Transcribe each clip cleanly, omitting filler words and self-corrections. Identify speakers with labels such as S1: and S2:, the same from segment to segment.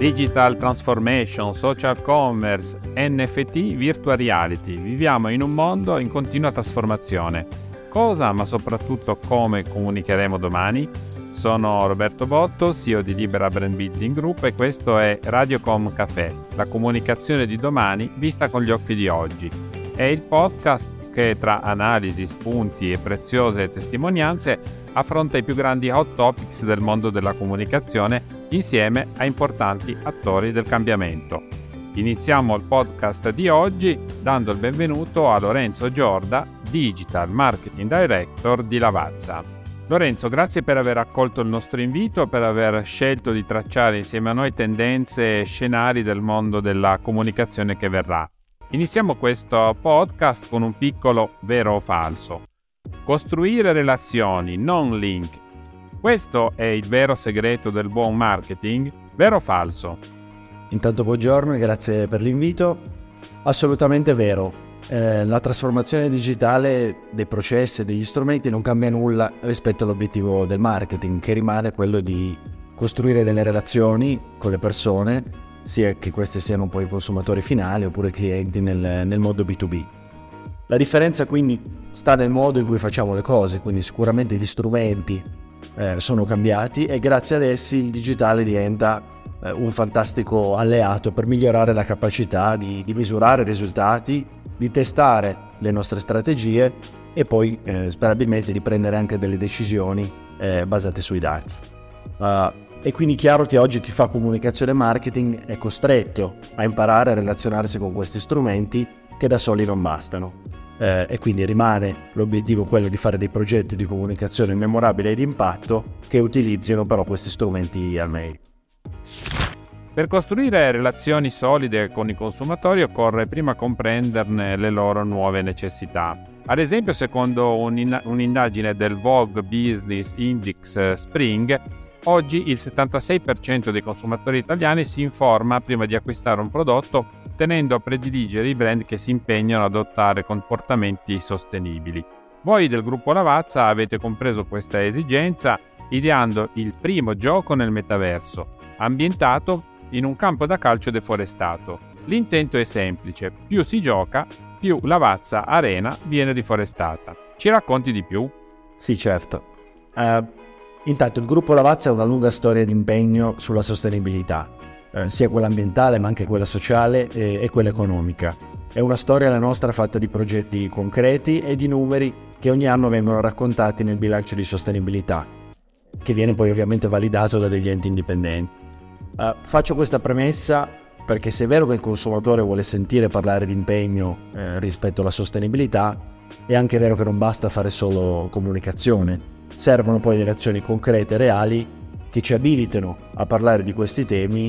S1: Digital transformation, social commerce, NFT, virtual reality. Viviamo in un mondo in continua trasformazione. Cosa, ma soprattutto come comunicheremo domani? Sono Roberto Botto, CEO di Libera Brand Building Group e questo è Radiocom Café, la comunicazione di domani vista con gli occhi di oggi. È il podcast che tra analisi, spunti e preziose testimonianze affronta i più grandi hot topics del mondo della comunicazione insieme a importanti attori del cambiamento. Iniziamo il podcast di oggi dando il benvenuto a Lorenzo Giorda, Digital Marketing Director di Lavazza. Lorenzo, grazie per aver accolto il nostro invito, per aver scelto di tracciare insieme a noi tendenze e scenari del mondo della comunicazione che verrà. Iniziamo questo podcast con un piccolo vero o falso. Costruire relazioni, non link. Questo è il vero segreto del buon marketing, vero o falso?
S2: Intanto buongiorno e grazie per l'invito. Assolutamente vero. La trasformazione digitale dei processi e degli strumenti non cambia nulla rispetto all'obiettivo del marketing, che rimane quello di costruire delle relazioni con le persone, sia che queste siano poi consumatori finali oppure clienti nel modo B2B. La differenza quindi sta nel modo in cui facciamo le cose, quindi sicuramente gli strumenti sono cambiati e grazie ad essi il digitale diventa un fantastico alleato per migliorare la capacità di misurare i risultati, di testare le nostre strategie e poi sperabilmente di prendere anche delle decisioni basate sui dati. È quindi chiaro che oggi chi fa comunicazione e marketing è costretto a imparare a relazionarsi con questi strumenti che da soli non bastano. E quindi rimane l'obiettivo quello di fare dei progetti di comunicazione memorabili e di impatto che utilizzino però questi strumenti al meglio.
S1: Per costruire relazioni solide con i consumatori occorre prima comprenderne le loro nuove necessità. Ad esempio, secondo un'indagine del Vogue Business Index Spring, oggi il 76% dei consumatori italiani si informa prima di acquistare un prodotto, tenendo a prediligere i brand che si impegnano ad adottare comportamenti sostenibili. Voi del gruppo Lavazza avete compreso questa esigenza ideando il primo gioco nel metaverso, ambientato in un campo da calcio deforestato. L'intento è semplice: più si gioca, più Lavazza Arena viene riforestata. Ci racconti di più?
S2: Sì, certo. Intanto il gruppo Lavazza ha una lunga storia di impegno sulla sostenibilità, sia quella ambientale ma anche quella sociale e quella economica. È una storia la nostra fatta di progetti concreti e di numeri che ogni anno vengono raccontati nel bilancio di sostenibilità, che viene poi ovviamente validato da degli enti indipendenti. Faccio questa premessa perché se è vero che il consumatore vuole sentire parlare di impegno rispetto alla sostenibilità, è anche vero che non basta fare solo comunicazione. Servono poi delle azioni concrete e reali che ci abilitino a parlare di questi temi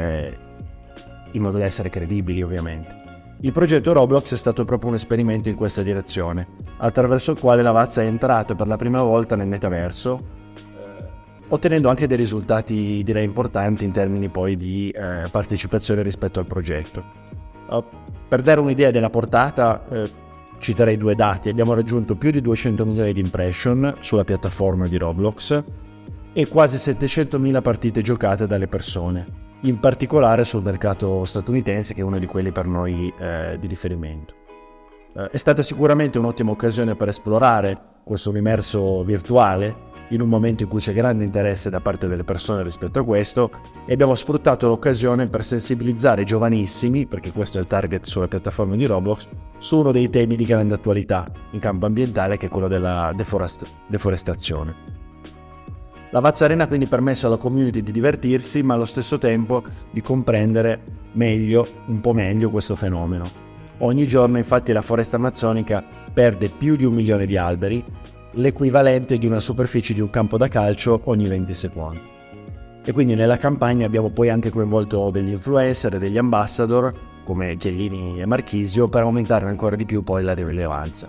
S2: in modo da essere credibili, ovviamente. Il progetto Roblox è stato proprio un esperimento in questa direzione, attraverso il quale Lavazza è entrato per la prima volta nel metaverso, ottenendo anche dei risultati direi importanti in termini poi di partecipazione rispetto al progetto. Per dare un'idea della portata, citerei due dati: abbiamo raggiunto più di 200 milioni di impression sulla piattaforma di Roblox e quasi 700.000 partite giocate dalle persone, in particolare sul mercato statunitense, che è uno di quelli per noi di riferimento. È stata sicuramente un'ottima occasione per esplorare questo universo virtuale in un momento in cui c'è grande interesse da parte delle persone rispetto a questo, e abbiamo sfruttato l'occasione per sensibilizzare i giovanissimi, perché questo è il target sulla piattaforma di Roblox, su uno dei temi di grande attualità in campo ambientale, che è quello della deforestazione. Lavazza Arena ha quindi permesso alla community di divertirsi, ma allo stesso tempo di comprendere un po' meglio questo fenomeno. Ogni giorno infatti la foresta amazzonica perde più di 1 milione di alberi, l'equivalente di una superficie di un campo da calcio ogni 20 secondi. E quindi nella campagna abbiamo poi anche coinvolto degli influencer e degli ambassador come Chiellini e Marchisio per aumentare ancora di più poi la rilevanza.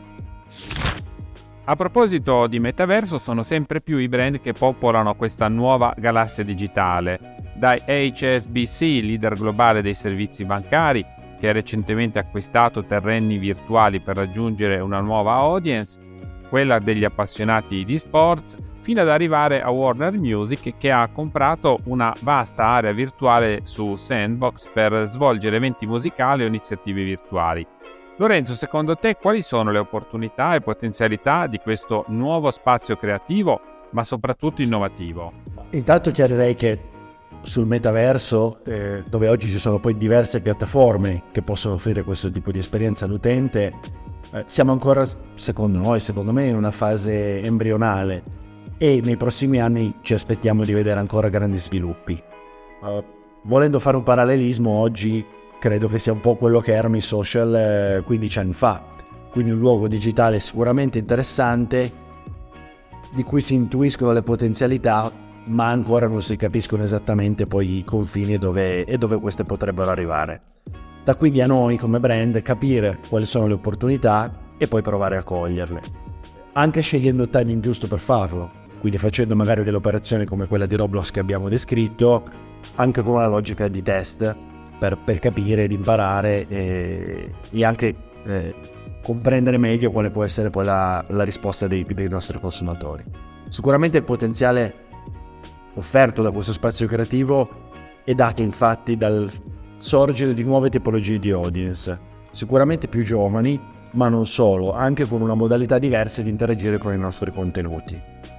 S1: A proposito di metaverso, sono sempre più i brand che popolano questa nuova galassia digitale, dai HSBC, leader globale dei servizi bancari, che ha recentemente acquistato terreni virtuali per raggiungere una nuova audience, quella degli appassionati di sports, fino ad arrivare a Warner Music, che ha comprato una vasta area virtuale su Sandbox per svolgere eventi musicali o iniziative virtuali. Lorenzo, secondo te quali sono le opportunità e potenzialità di questo nuovo spazio creativo, ma soprattutto innovativo?
S2: Intanto chiarirei che sul metaverso, dove oggi ci sono poi diverse piattaforme che possono offrire questo tipo di esperienza all'utente, siamo ancora, secondo me, in una fase embrionale e nei prossimi anni ci aspettiamo di vedere ancora grandi sviluppi. Volendo fare un parallelismo, oggi credo che sia un po' quello che erano i social 15 anni fa, quindi un luogo digitale sicuramente interessante, di cui si intuiscono le potenzialità, ma ancora non si capiscono esattamente poi i confini e dove queste potrebbero arrivare. Sta quindi a noi come brand capire quali sono le opportunità e poi provare a coglierle, anche scegliendo il timing giusto per farlo, quindi facendo magari delle operazioni come quella di Roblox che abbiamo descritto, anche con una logica di test per capire ed imparare e anche comprendere meglio quale può essere poi la risposta dei nostri consumatori. Sicuramente il potenziale offerto da questo spazio creativo è dato infatti dal sorgere di nuove tipologie di audience, sicuramente più giovani, ma non solo, anche con una modalità diversa di interagire con i nostri contenuti.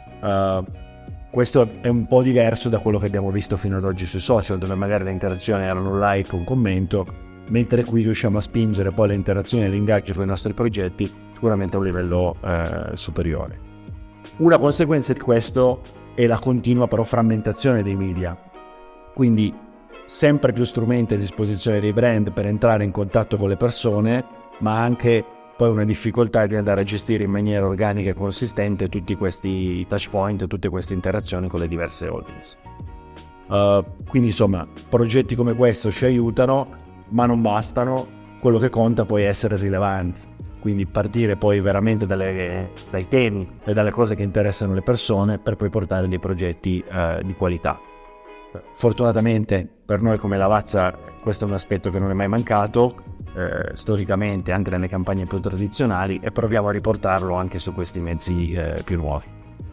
S2: Questo è un po' diverso da quello che abbiamo visto fino ad oggi sui social, dove magari le interazioni erano un like, un commento, mentre qui riusciamo a spingere poi le interazioni e l'ingaggio con i nostri progetti sicuramente a un livello superiore. Una conseguenza di questo è la continua però frammentazione dei media, quindi sempre più strumenti a disposizione dei brand per entrare in contatto con le persone, ma anche poi una difficoltà di andare a gestire in maniera organica e consistente tutti questi touch point, tutte queste interazioni con le diverse audience. Quindi insomma, progetti come questo ci aiutano, ma non bastano, quello che conta poi è essere rilevanti, quindi partire poi veramente dai temi e dalle cose che interessano le persone per poi portare dei progetti di qualità. Fortunatamente per noi come Lavazza questo è un aspetto che non è mai mancato, storicamente anche nelle campagne più tradizionali, e proviamo a riportarlo anche su questi mezzi più nuovi.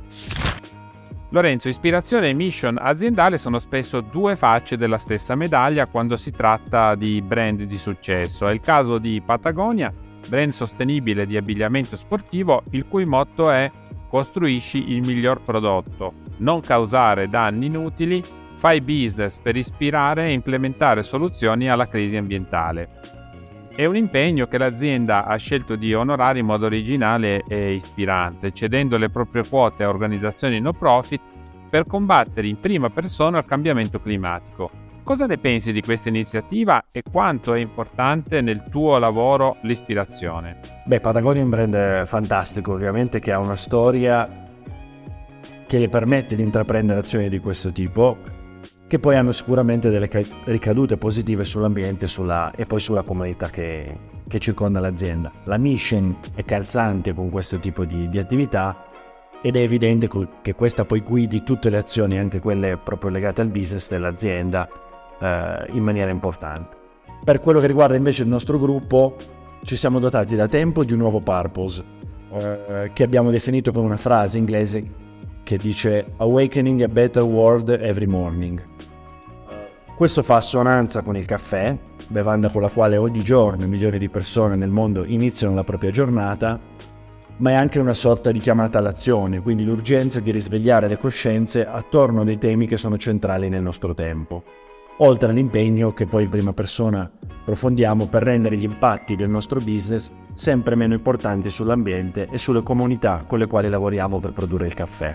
S1: Lorenzo, ispirazione e mission aziendale sono spesso due facce della stessa medaglia quando si tratta di brand di successo. È il caso di Patagonia, brand sostenibile di abbigliamento sportivo, il cui motto è costruisci il miglior prodotto, non causare danni inutili, fai business per ispirare e implementare soluzioni alla crisi ambientale. È un impegno che l'azienda ha scelto di onorare in modo originale e ispirante, cedendo le proprie quote a organizzazioni no profit per combattere in prima persona il cambiamento climatico. Cosa ne pensi di questa iniziativa e quanto è importante nel tuo lavoro l'ispirazione?
S2: Patagonia è un brand fantastico, ovviamente, che ha una storia che le permette di intraprendere azioni di questo tipo, che poi hanno sicuramente delle ricadute positive sull'ambiente e poi sulla comunità che circonda l'azienda. La mission è calzante con questo tipo di attività ed è evidente che questa poi guidi tutte le azioni, anche quelle proprio legate al business dell'azienda, in maniera importante. Per quello che riguarda invece il nostro gruppo, ci siamo dotati da tempo di un nuovo purpose, che abbiamo definito con una frase inglese che dice "Awakening a better world every morning". Questo fa assonanza con il caffè, bevanda con la quale ogni giorno milioni di persone nel mondo iniziano la propria giornata, ma è anche una sorta di chiamata all'azione, quindi l'urgenza di risvegliare le coscienze attorno a dei temi che sono centrali nel nostro tempo, oltre all'impegno che poi in prima persona approfondiamo per rendere gli impatti del nostro business sempre meno importanti sull'ambiente e sulle comunità con le quali lavoriamo per produrre il caffè.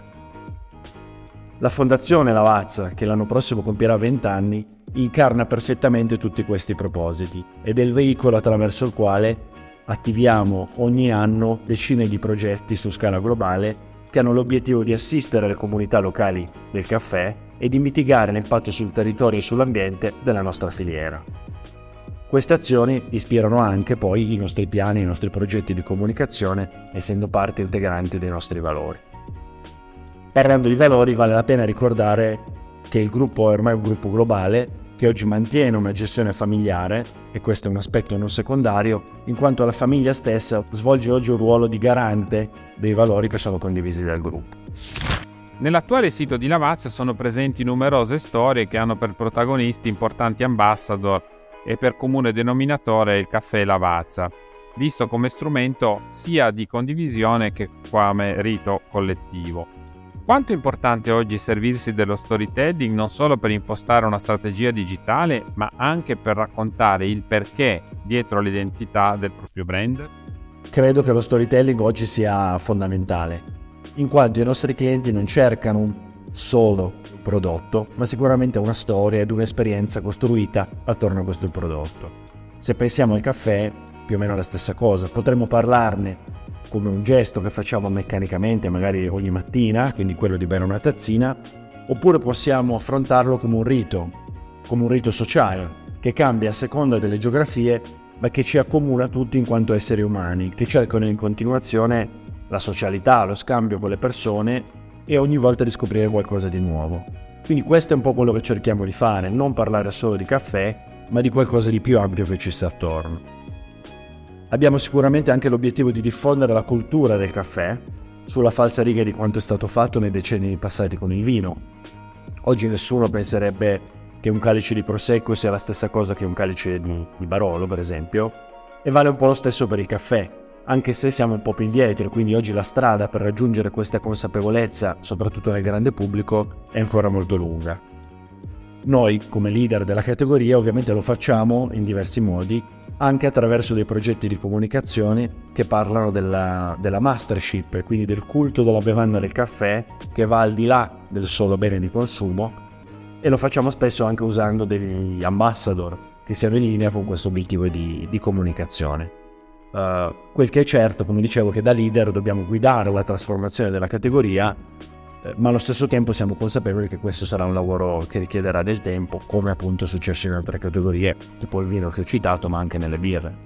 S2: La Fondazione Lavazza, che l'anno prossimo compierà 20 anni, incarna perfettamente tutti questi propositi ed è il veicolo attraverso il quale attiviamo ogni anno decine di progetti su scala globale che hanno l'obiettivo di assistere le comunità locali del caffè e di mitigare l'impatto sul territorio e sull'ambiente della nostra filiera. Queste azioni ispirano anche poi i nostri piani e i nostri progetti di comunicazione, essendo parte integrante dei nostri valori. Parlando di valori, vale la pena ricordare che il gruppo è ormai un gruppo globale che oggi mantiene una gestione familiare, e questo è un aspetto non secondario, in quanto la famiglia stessa svolge oggi un ruolo di garante dei valori che sono condivisi dal gruppo.
S1: Nell'attuale sito di Lavazza sono presenti numerose storie che hanno per protagonisti importanti ambassador e per comune denominatore il caffè Lavazza, visto come strumento sia di condivisione che come rito collettivo. Quanto è importante oggi servirsi dello storytelling non solo per impostare una strategia digitale, ma anche per raccontare il perché dietro l'identità del proprio brand?
S2: Credo che lo storytelling oggi sia fondamentale, in quanto i nostri clienti non cercano solo un prodotto, ma sicuramente una storia ed un'esperienza costruita attorno a questo prodotto. Se pensiamo al caffè, più o meno la stessa cosa, potremmo parlarne come un gesto che facciamo meccanicamente magari ogni mattina, quindi quello di bere una tazzina, oppure possiamo affrontarlo come un rito sociale, che cambia a seconda delle geografie, ma che ci accomuna tutti in quanto esseri umani, che cercano in continuazione la socialità, lo scambio con le persone e ogni volta di scoprire qualcosa di nuovo. Quindi questo è un po' quello che cerchiamo di fare, non parlare solo di caffè, ma di qualcosa di più ampio che ci sta attorno. Abbiamo sicuramente anche l'obiettivo di diffondere la cultura del caffè, sulla falsariga di quanto è stato fatto nei decenni passati con il vino. Oggi nessuno penserebbe che un calice di Prosecco sia la stessa cosa che un calice di Barolo, per esempio, e vale un po' lo stesso per il caffè, anche se siamo un po' più indietro, quindi oggi la strada per raggiungere questa consapevolezza, soprattutto nel grande pubblico, è ancora molto lunga. Noi, come leader della categoria, ovviamente lo facciamo in diversi modi, anche attraverso dei progetti di comunicazione che parlano della mastership e quindi del culto della bevanda del caffè, che va al di là del solo bene di consumo, e lo facciamo spesso anche usando degli ambassador che siano in linea con questo obiettivo di comunicazione. Quel che è certo, come dicevo, che da leader dobbiamo guidare la trasformazione della categoria, ma allo stesso tempo siamo consapevoli che questo sarà un lavoro che richiederà del tempo, come appunto è successo in altre categorie, tipo il vino che ho citato, ma anche nelle birre.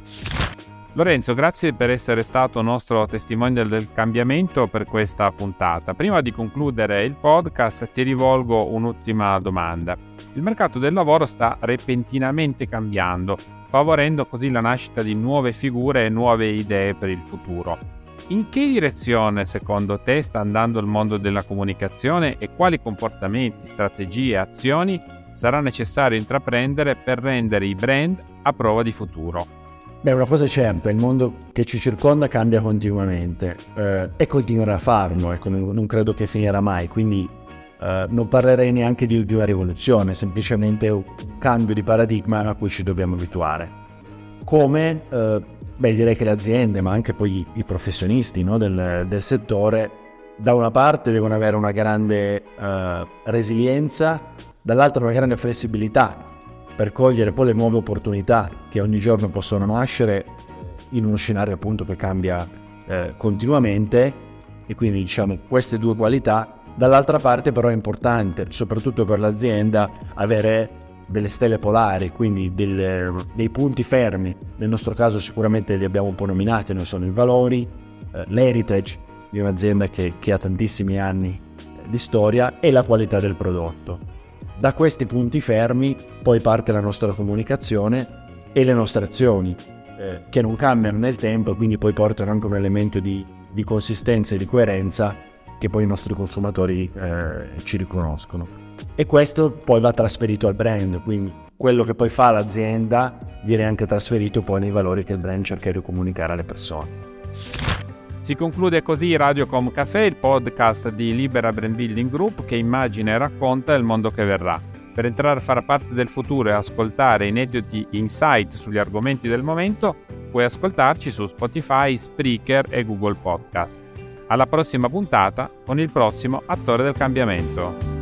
S1: Lorenzo, grazie per essere stato nostro testimonial del cambiamento per questa puntata. Prima di concludere il podcast ti rivolgo un'ultima domanda. Il mercato del lavoro sta repentinamente cambiando, favorendo così la nascita di nuove figure e nuove idee per il futuro. In che direzione, secondo te, sta andando il mondo della comunicazione e quali comportamenti, strategie e azioni sarà necessario intraprendere per rendere i brand a prova di futuro?
S2: Una cosa è certa, il mondo che ci circonda cambia continuamente e continuerà a farlo, non credo che finirà mai, quindi non parlerei neanche di una rivoluzione, semplicemente un cambio di paradigma a cui ci dobbiamo abituare. Come? Direi che le aziende, ma anche poi i professionisti, no, del settore, da una parte devono avere una grande resilienza, dall'altra una grande flessibilità per cogliere poi le nuove opportunità che ogni giorno possono nascere in uno scenario appunto che cambia continuamente, e quindi diciamo queste due qualità. Dall'altra parte però è importante, soprattutto per l'azienda, avere delle stelle polari, quindi dei punti fermi. Nel nostro caso sicuramente li abbiamo un po' nominati, ne sono i valori, l'heritage di un'azienda che ha tantissimi anni di storia e la qualità del prodotto. Da questi punti fermi poi parte la nostra comunicazione e le nostre azioni, che non cambiano nel tempo, quindi poi portano anche un elemento di consistenza e di coerenza che poi i nostri consumatori ci riconoscono. E questo poi va trasferito al brand, quindi quello che poi fa l'azienda viene anche trasferito poi nei valori che il brand cerca di comunicare alle persone.
S1: Si conclude così Radiocom Café, il podcast di Libera Brand Building Group che immagina e racconta il mondo che verrà. Per entrare a far parte del futuro e ascoltare inediti insight sugli argomenti del momento, puoi ascoltarci su Spotify, Spreaker e Google Podcast. Alla prossima puntata con il prossimo attore del cambiamento.